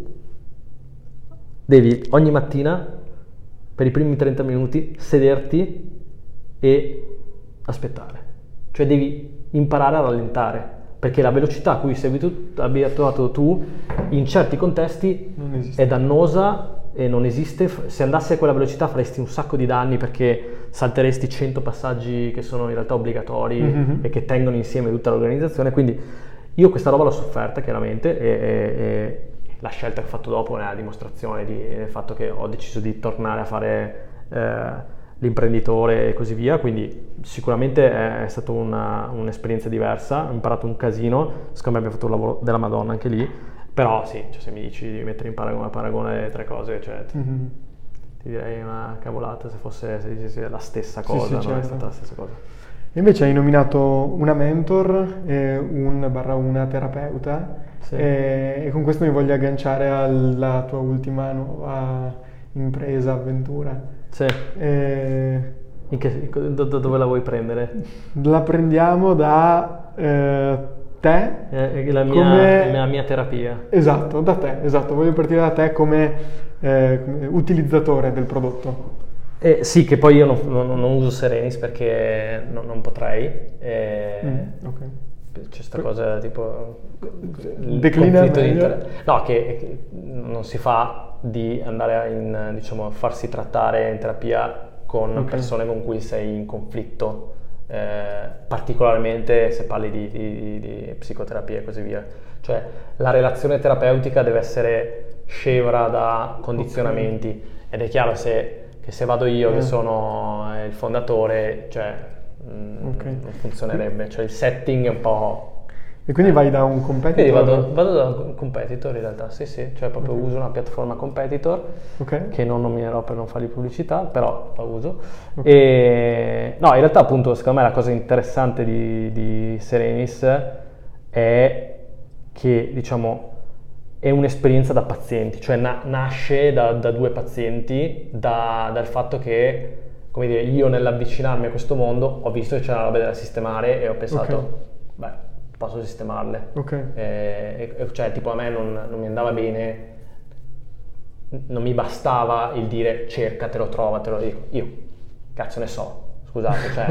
devi ogni mattina per i primi trenta minuti sederti e aspettare, cioè devi imparare a rallentare, perché la velocità a cui sei abitu- abituato tu in certi contesti Non esiste. è dannosa e non esiste. Se andassi a quella velocità faresti un sacco di danni perché salteresti cento passaggi che sono in realtà obbligatori Mhm. e che tengono insieme tutta l'organizzazione. Quindi io questa roba l'ho sofferta chiaramente e, e- e la scelta che ho fatto dopo è la dimostrazione di- del fatto che ho deciso di tornare a fare eh, l'imprenditore e così via, quindi sicuramente è, è stata una, un'esperienza diversa, ho imparato un casino, secondo me abbiamo fatto un lavoro della Madonna anche lì, però sì, cioè, se mi dici di mettere in paragone, paragone le tre cose, cioè, ti, Mhm. ti direi una cavolata se fosse se dicessi la stessa Sì, cosa, sì, non è certo. stata la stessa cosa. Invece hai nominato una mentor e un barra una terapeuta Sì. e, e con questo mi voglio agganciare alla tua ultima nuova impresa, avventura. Sì. E In che, do, do, dove la vuoi prendere? La prendiamo da eh, te. Eh, la, mia, come... la mia terapia. Esatto, da te, esatto. Voglio partire da te come eh, utilizzatore del prodotto. Eh, sì, che poi io non, non, non uso Serenis perché non, non potrei. Eh, mm, ok. C'è questa cosa tipo il declina conflitto di meglio. inter- no che, che non si fa di andare in, diciamo, a farsi trattare in terapia con Okay. persone con cui sei in conflitto, eh, particolarmente se parli di, di, di psicoterapia e così via. Cioè la relazione terapeutica deve essere scevra da condizionamenti. Okay. Ed è chiaro se, che se vado io eh. che sono il fondatore, cioè Okay. non funzionerebbe, cioè il setting è un po'... E quindi vai da un competitor? Quindi vado, vado da un competitor in realtà, sì sì, cioè proprio okay. uso una piattaforma competitor, okay. che non nominerò per non fargli pubblicità, però la uso. Okay. E no, in realtà appunto secondo me la cosa interessante di, di Serenis è che diciamo è un'esperienza da pazienti, cioè na- nasce da, da due pazienti, da, dal fatto che, come dire, io nell'avvicinarmi a questo mondo ho visto che c'era una roba da sistemare e ho pensato, okay. beh, posso sistemarle. Okay. E, e, cioè, tipo a me non, non mi andava bene, non mi bastava il dire cercatelo, trovatelo, dico, io cazzo ne so, scusate, cioè,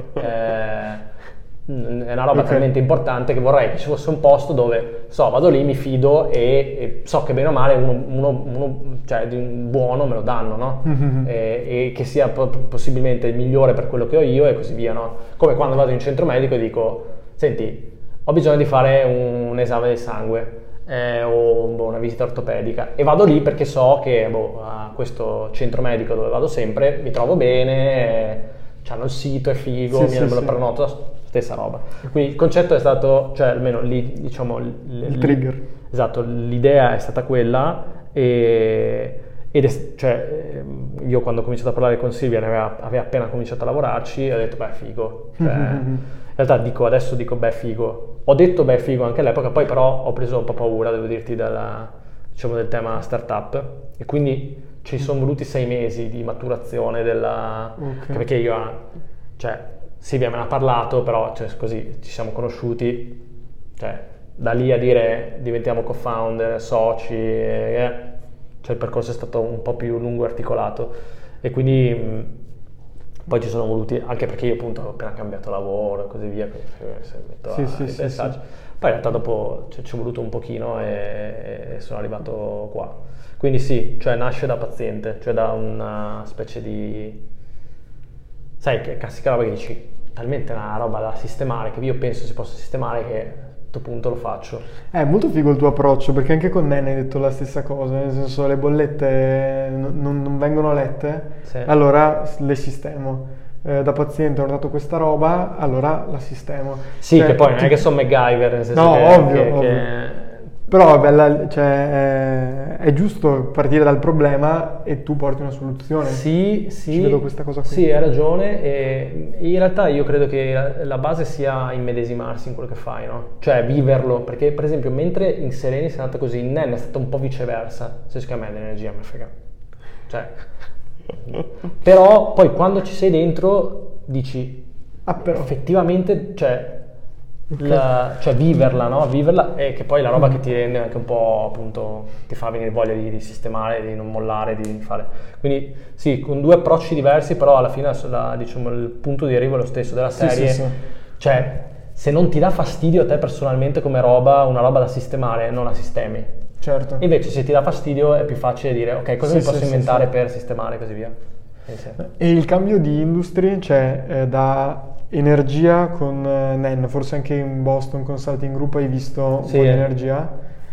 eh, è una roba okay. talmente importante che vorrei che ci fosse un posto dove so, vado lì, mi fido e, e so che bene o male uno, uno, uno cioè di un buono me lo danno, no? Mm-hmm. E, e che sia po- possibilmente il migliore per quello che ho io e così via, no? Come quando vado in centro medico e dico, senti, ho bisogno di fare un, un esame del sangue eh, o boh, una visita ortopedica e vado lì perché so che boh, a questo centro medico dove vado sempre mi trovo bene, eh, c'hanno il sito, è figo, sì, mi sì, me lo sì. prenoto, stessa roba. Quindi il concetto è stato, cioè almeno lì diciamo l- il trigger. Esatto, l'idea è stata quella e ed è, cioè io quando ho cominciato a parlare con Silvia ne aveva, aveva appena cominciato a lavorarci e ho detto beh figo, cioè, mm-hmm. in realtà dico adesso dico beh figo, ho detto beh figo anche all'epoca, poi però ho preso un po' paura, devo dirti, dalla, diciamo, del tema startup e quindi ci sono voluti sei mesi di maturazione della okay. perché io cioè Silvia me ne ha parlato, però cioè, così ci siamo conosciuti, cioè da lì a dire diventiamo co-founder, soci, eh, cioè il percorso è stato un po' più lungo e articolato e quindi mh, poi ci sono voluti, anche perché io appunto ho appena cambiato lavoro e così via, quindi se metto sì, a sì, sì, sì. Poi in realtà dopo cioè, ci è voluto un pochino e, e sono arrivato qua. Quindi sì, cioè nasce da paziente, cioè da una specie di... Sai, che classica roba che dici, talmente una roba da sistemare che io penso si possa sistemare che a questo punto lo faccio. È molto figo il tuo approccio, perché anche con Nene hai detto la stessa cosa, nel senso le bollette non, non vengono lette, sì. allora le sistemo. Eh, da paziente ho dato questa roba, allora la sistemo. Sì, cioè, che poi non ti... è che sono MacGyver, nel senso no, che... ovvio, che, ovvio. che... Però è, bella, cioè, è, è giusto partire dal problema e tu porti una soluzione. Sì, sì. Ci vedo questa cosa qui. Sì, hai ragione. E in realtà io credo che la base sia immedesimarsi in quello che fai, no? Cioè viverlo. Perché per esempio mentre in Serenis è andata così, in Nen è stata un po' viceversa. Nel senso che a me l'energia mi frega. Cioè... però poi quando ci sei dentro dici ah, però. effettivamente, cioè... La, cioè viverla, no? Viverla e che poi è la roba che ti rende anche un po' appunto ti fa venire voglia di, di sistemare, di non mollare, di fare. Quindi sì, con due approcci diversi, però alla fine la, diciamo, il punto di arrivo è lo stesso della serie. Sì, sì, sì. Cioè, se non ti dà fastidio a te personalmente come roba, una roba da sistemare, non la sistemi. Certo. Invece se ti dà fastidio è più facile dire ok, cosa sì, mi posso sì, inventare sì, per sì. sistemare e così via. E, sì. E il cambio di industry, cioè eh, da energia con eh, Nen, forse anche in Boston Consulting Group hai visto sì, un po' di energia,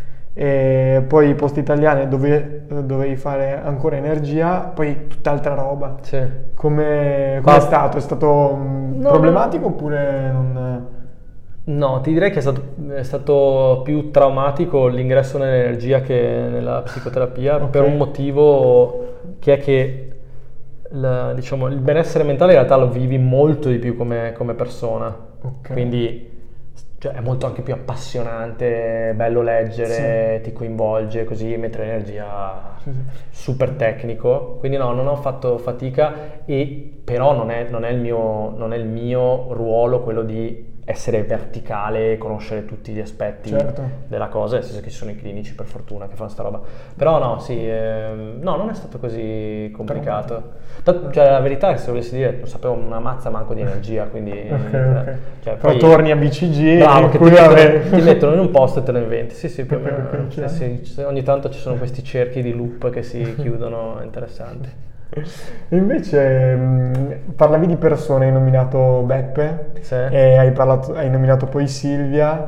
e poi i posti italiani dove dovevi fare ancora energia, poi tutt'altra roba. Sì. Come, come è stato? È stato no, problematico no. oppure non... No, ti direi che è stato, è stato più traumatico l'ingresso nell'energia che nella psicoterapia, okay. per un motivo che è che La, diciamo, il benessere mentale in realtà lo vivi molto di più come, come persona, okay. quindi cioè è molto anche più appassionante, bello leggere, sì. Ti coinvolge così, mentre l'energia sì, sì. super tecnico, quindi no, non ho fatto fatica, e però non è, non è il mio, non è il mio ruolo quello di essere verticale e conoscere tutti gli aspetti certo. della cosa, nel senso che ci sono i clinici per fortuna che fanno sta roba, però no, sì, ehm, no, non è stato così complicato. T- cioè la verità è che, se volessi dire, non sapevo una mazza manco di energia, quindi okay, okay. Cioè, però poi, torni a B C G, bravo, che ti mettono, ti mettono in un posto e te lo inventi, sì sì, più o meno. Okay, sì, sì, ogni tanto ci sono questi cerchi di loop che si chiudono, interessanti. Invece mh, parlavi di persone, hai nominato Beppe, sì. E hai, parlato, hai nominato poi Silvia,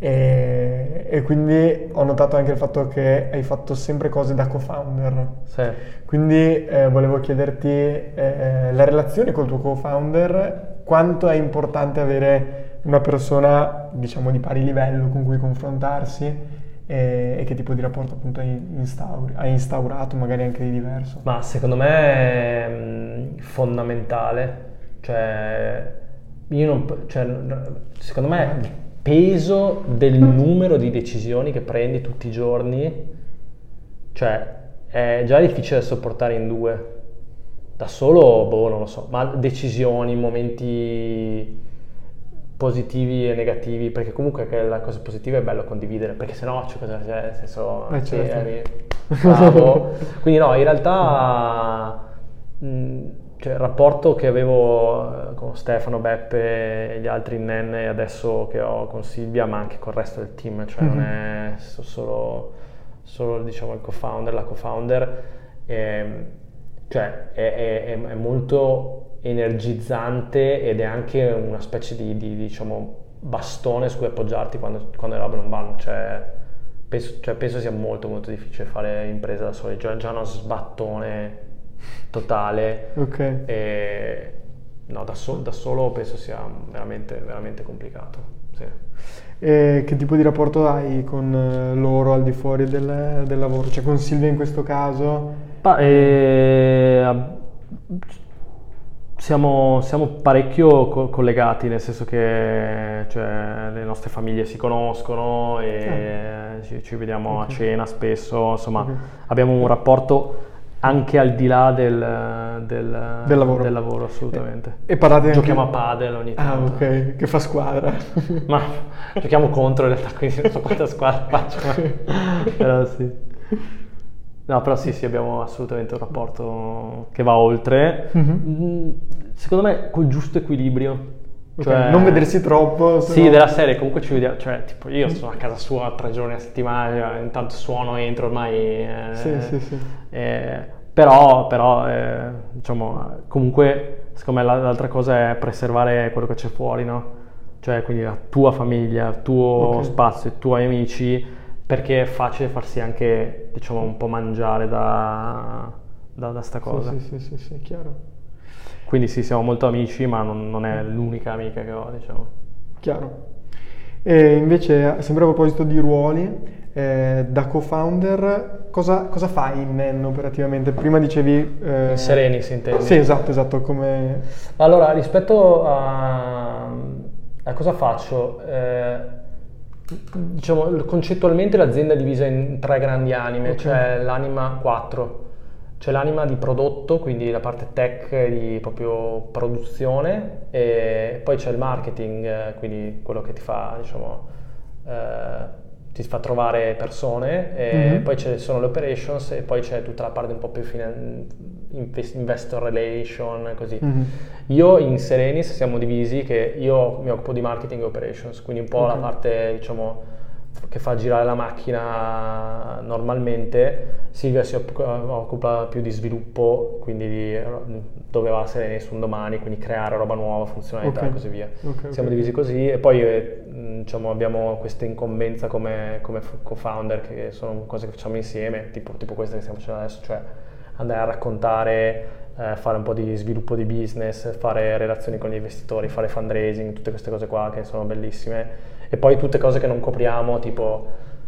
e, e quindi ho notato anche il fatto che hai fatto sempre cose da co-founder. Sì. Quindi eh, volevo chiederti eh, la relazione col tuo co-founder, quanto è importante avere una persona, diciamo, di pari livello con cui confrontarsi, e, e che tipo di rapporto appunto hai, instauri, hai instaurato, magari anche di diverso? Ma secondo me è mh, fondamentale, cioè io non, cioè, secondo me il peso del numero di decisioni che prendi tutti i giorni, cioè è già difficile da sopportare in due, da solo, boh, non lo so, ma decisioni, momenti positivi e negativi, perché comunque che la cosa positiva è bello condividere, perché sennò c'è cosa c'è, nel senso, eh, certo. sì, bravo. Quindi no, in realtà mh, cioè, il rapporto che avevo con Stefano, Beppe e gli altri in Nen, e adesso che ho con Silvia, ma anche col resto del team, cioè mm-hmm. non è solo, solo diciamo il co-founder, la co-founder, è, cioè è, è, è molto energizzante, ed è anche una specie di, di diciamo bastone su cui appoggiarti quando, quando le robe non vanno, cioè penso, cioè penso sia molto molto difficile fare impresa da soli, già, già uno sbattone totale, ok, e no, da, so, da solo penso sia veramente veramente complicato, sì. E che tipo di rapporto hai con loro al di fuori del, del lavoro, cioè con Silvia in questo caso? Ma, eh, Siamo, siamo parecchio co- collegati, nel senso che cioè, le nostre famiglie si conoscono e ah. ci, ci vediamo okay. a cena spesso, insomma okay. abbiamo un rapporto anche al di là del, del, del, lavoro. del lavoro, assolutamente. E, e parlate giochiamo anche... a padel ogni tanto. Ah, ok, che fa squadra. Ma giochiamo contro in realtà, quindi non so quanta squadra faccio, però sì. No, però sì, sì, abbiamo assolutamente un rapporto che va oltre. Mm-hmm. Secondo me col giusto equilibrio. Cioè, okay, non vedersi troppo. Sì, no... della serie comunque ci vediamo, cioè tipo io sono a casa sua tre giorni a settimana, intanto suono, entro ormai. Eh, sì, sì, sì. Eh, però, però eh, diciamo, comunque secondo me l'altra cosa è preservare quello che c'è fuori, no? Cioè quindi la tua famiglia, il tuo okay. spazio, i tuoi amici, perché è facile farsi anche, diciamo, un po' mangiare da, da, da sta cosa. Sì, sì, sì, sì, sì, chiaro. Quindi sì, siamo molto amici, ma non, non è l'unica amica che ho, diciamo. Chiaro. E invece, sempre a proposito di ruoli, eh, da co-founder, cosa, cosa fai in Nen operativamente? Prima dicevi... Eh... In Sereni, si intende? Sì, esatto, esatto, come... Allora, rispetto a, a cosa faccio... Eh... Diciamo, concettualmente l'azienda è divisa in tre grandi anime, okay. Cioè l'anima quattro, c'è l'anima di prodotto, quindi la parte tech di proprio produzione, e poi c'è il marketing, quindi quello che ti fa, diciamo, eh, ti fa trovare persone, e mm-hmm. poi ci sono le operations, e poi c'è tutta la parte un po' più finan- investor relation, così. Mm-hmm. Io in Serenis siamo divisi che io mi occupo di marketing e operations, quindi un po' okay. la parte, diciamo, che fa girare la macchina normalmente. Silvia si occupa più di sviluppo, quindi di dove va Serenis un domani, quindi creare roba nuova, funzionalità okay. e così via. Okay, siamo okay. divisi così, e poi eh, diciamo, abbiamo questa incombenza come, come co-founder, che sono cose che facciamo insieme, tipo, tipo queste che stiamo facendo adesso, cioè andare a raccontare, eh, fare un po' di sviluppo di business, fare relazioni con gli investitori, fare fundraising, tutte queste cose qua che sono bellissime. E poi tutte cose che non copriamo, tipo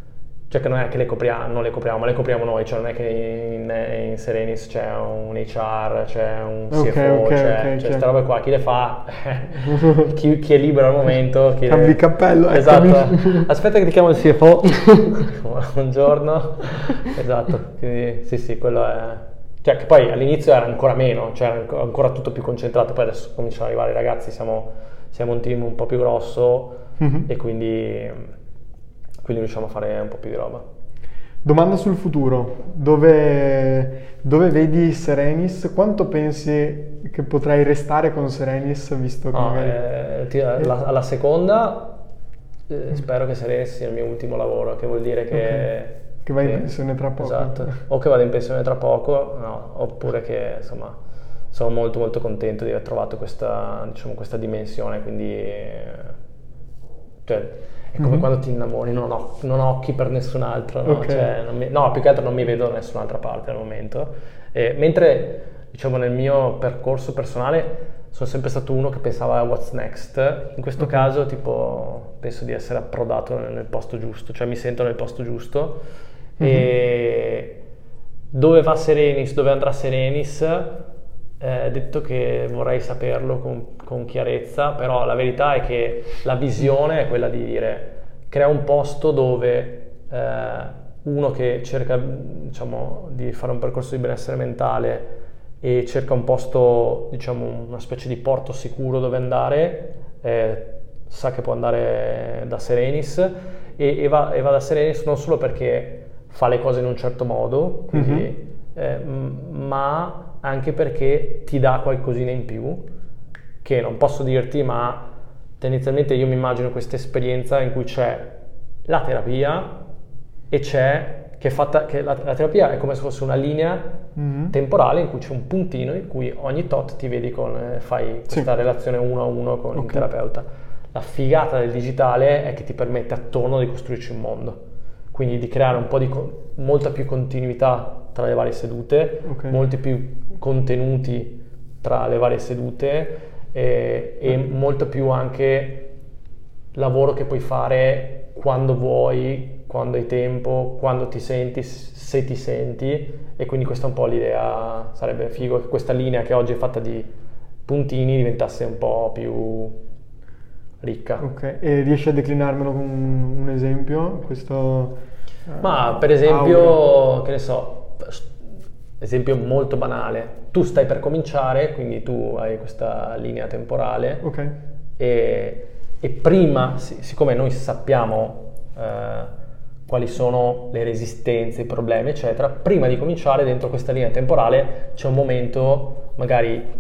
Cioè che non è che le copriamo, non le copriamo, ma le copriamo noi, cioè non è che in, in Serenis c'è un H R, c'è un C F O, Ok, ok, c'è, ok, c'è ok. queste robe qua, chi le fa? chi, chi è libero al momento. Chi Cambi il cappello, Esatto, eccomi. aspetta che ti chiamo il C F O. Buongiorno. Esatto, quindi sì sì, quello è... Cioè che poi all'inizio era ancora meno, cioè era ancora tutto più concentrato, poi adesso cominciano ad arrivare i ragazzi, siamo, siamo un team un po' più grosso Mhm. e quindi, quindi riusciamo a fare un po' più di roba. Domanda sul futuro, dove, dove vedi Serenis? Quanto pensi che potrai restare con Serenis, visto che No, magari... eh, ti- alla, alla seconda eh, spero che Serenis sia il mio ultimo lavoro, che vuol dire che... Ok. Che vai in pensione tra poco. Esatto, o che vado in pensione tra poco, no, oppure che insomma sono molto molto contento di aver trovato questa, diciamo, questa dimensione, quindi eh, cioè, è come Mhm. quando ti innamori, non ho, non ho occhi per nessun altro, no? Ok. Cioè, non mi- no, più che altro non mi vedo da nessun'altra parte al momento. Eh, mentre diciamo nel mio percorso personale sono sempre stato uno che pensava a what's next, in questo Ok. caso tipo penso di essere approdato nel, nel posto giusto, cioè mi sento nel posto giusto. E dove va Serenis, dove andrà Serenis, eh, detto che vorrei saperlo con, con chiarezza, però la verità è che la visione è quella di dire crea un posto dove eh, uno che cerca, diciamo, di fare un percorso di benessere mentale e cerca un posto, diciamo, una specie di porto sicuro dove andare, eh, sa che può andare da Serenis e, e, va, e va da Serenis non solo perché fa le cose in un certo modo, quindi, Mhm. eh, m- ma anche perché ti dà qualcosina in più, che non posso dirti, ma tendenzialmente io mi immagino questa esperienza in cui c'è la terapia e c'è, che, è fatta, che la, la terapia è come se fosse una linea Mhm. temporale in cui c'è un puntino in cui ogni tot ti vedi con, eh, fai questa Sì. relazione uno a uno con il Ok. terapeuta. La figata del digitale è che ti permette attorno di costruirci un mondo, quindi di creare un po' di con- molta più continuità tra le varie sedute, Ok. molti più contenuti tra le varie sedute e, e molto più anche lavoro che puoi fare quando vuoi, quando hai tempo, quando ti senti, se ti senti, e quindi questa è un po' l'idea, sarebbe figo che questa linea che oggi è fatta di puntini diventasse un po' più ricca. Ok, e riesci a declinarmelo con un, un esempio? Questo... eh, Ma per esempio, aura. che ne so, esempio molto banale, tu stai per cominciare, quindi tu hai questa linea temporale Ok. e, e prima, sic- siccome noi sappiamo eh, quali sono le resistenze, i problemi, eccetera, prima di cominciare dentro questa linea temporale c'è un momento magari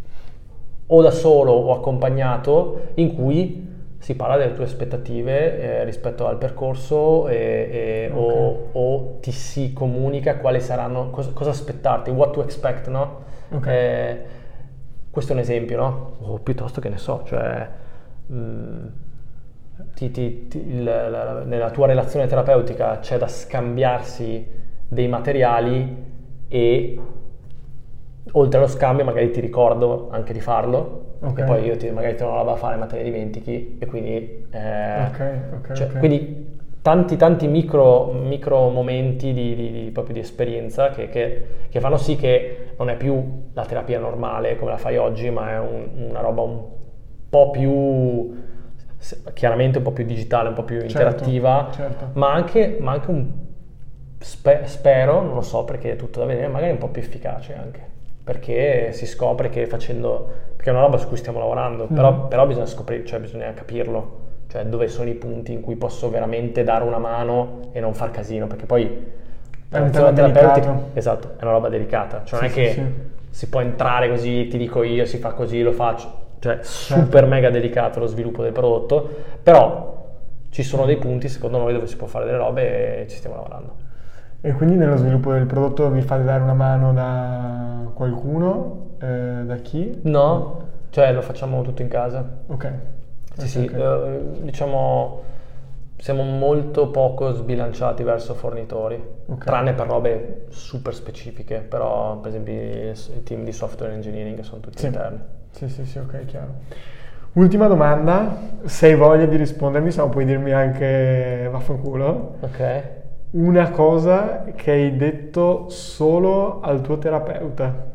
o da solo o accompagnato in cui si parla delle tue aspettative eh, rispetto al percorso e, e- Ok. o, o ti si comunica quali saranno, cosa, cosa aspettarti, what to expect, no? Ok. Eh, questo è un esempio, no? O piuttosto che ne so, cioè mh, ti- ti- ti- il- la- la- nella tua relazione terapeutica c'è da scambiarsi dei materiali e oltre allo scambio magari ti ricordo anche di farlo, Ok. e poi io ti, magari te una roba a fare ma te ne dimentichi e quindi, eh, Ok, ok, cioè, ok. quindi tanti tanti micro, micro momenti di, di- di- proprio di esperienza che, che- che fanno sì che non è più la terapia normale come la fai oggi, ma è un- una roba un po' più se- chiaramente un po' più digitale, un po' più Certo, interattiva, certo. ma anche, ma anche un spe- spero, non lo so perché è tutto da vedere, magari un po' più efficace anche, perché si scopre che facendo, perché è una roba su cui stiamo lavorando, però, Mhm. però bisogna scoprire, cioè bisogna capirlo, cioè dove sono i punti in cui posso veramente dare una mano e non far casino, perché poi È un relazione tema terapeutica- delicato. esatto, è una roba delicata, cioè non è Sì, che sì, sì. si può entrare così, ti dico io, si fa così, lo faccio, cioè super mega delicato lo sviluppo del prodotto, però ci sono dei punti secondo noi dove si può fare delle robe e ci stiamo lavorando. E quindi nello sviluppo del prodotto vi fate dare una mano da qualcuno? Eh, da chi? No, cioè lo facciamo tutto in casa. Ok. Sì, Ok, sì, ok. eh, diciamo siamo molto poco sbilanciati verso fornitori, Ok. tranne per robe super specifiche, però per esempio i i team di software engineering sono tutti Sì. interni. Sì, sì, sì, ok, chiaro. Ultima domanda, se hai voglia di rispondermi, se no puoi dirmi anche vaffanculo. Ok. una cosa che hai detto solo al tuo terapeuta.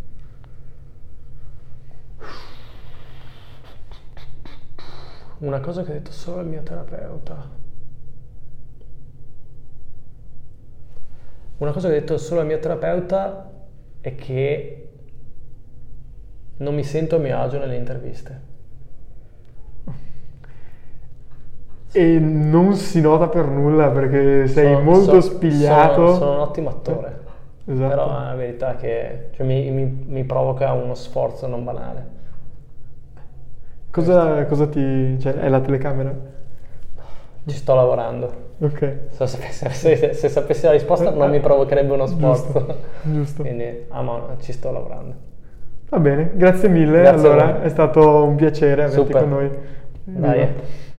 Una cosa che ho detto solo al mio terapeuta. Una cosa che ho detto solo al mio terapeuta è che non mi sento a mio agio nelle interviste. E non si nota per nulla perché sei Sono- molto so- spigliato. Sono, sono un ottimo attore. Esatto. Però è la verità che cioè, mi, mi- mi provoca uno sforzo non banale. Cosa, cosa ti... cioè, è la telecamera? Ci sto lavorando. Ok. Se sapessi, se- se sapessi la risposta non mi provocherebbe uno sforzo. Giusto, giusto. Quindi, ah, ma ci sto lavorando. Va bene, grazie mille. Grazie a allora, voi. è stato un piacere averti Super. con noi. Dai. Viva.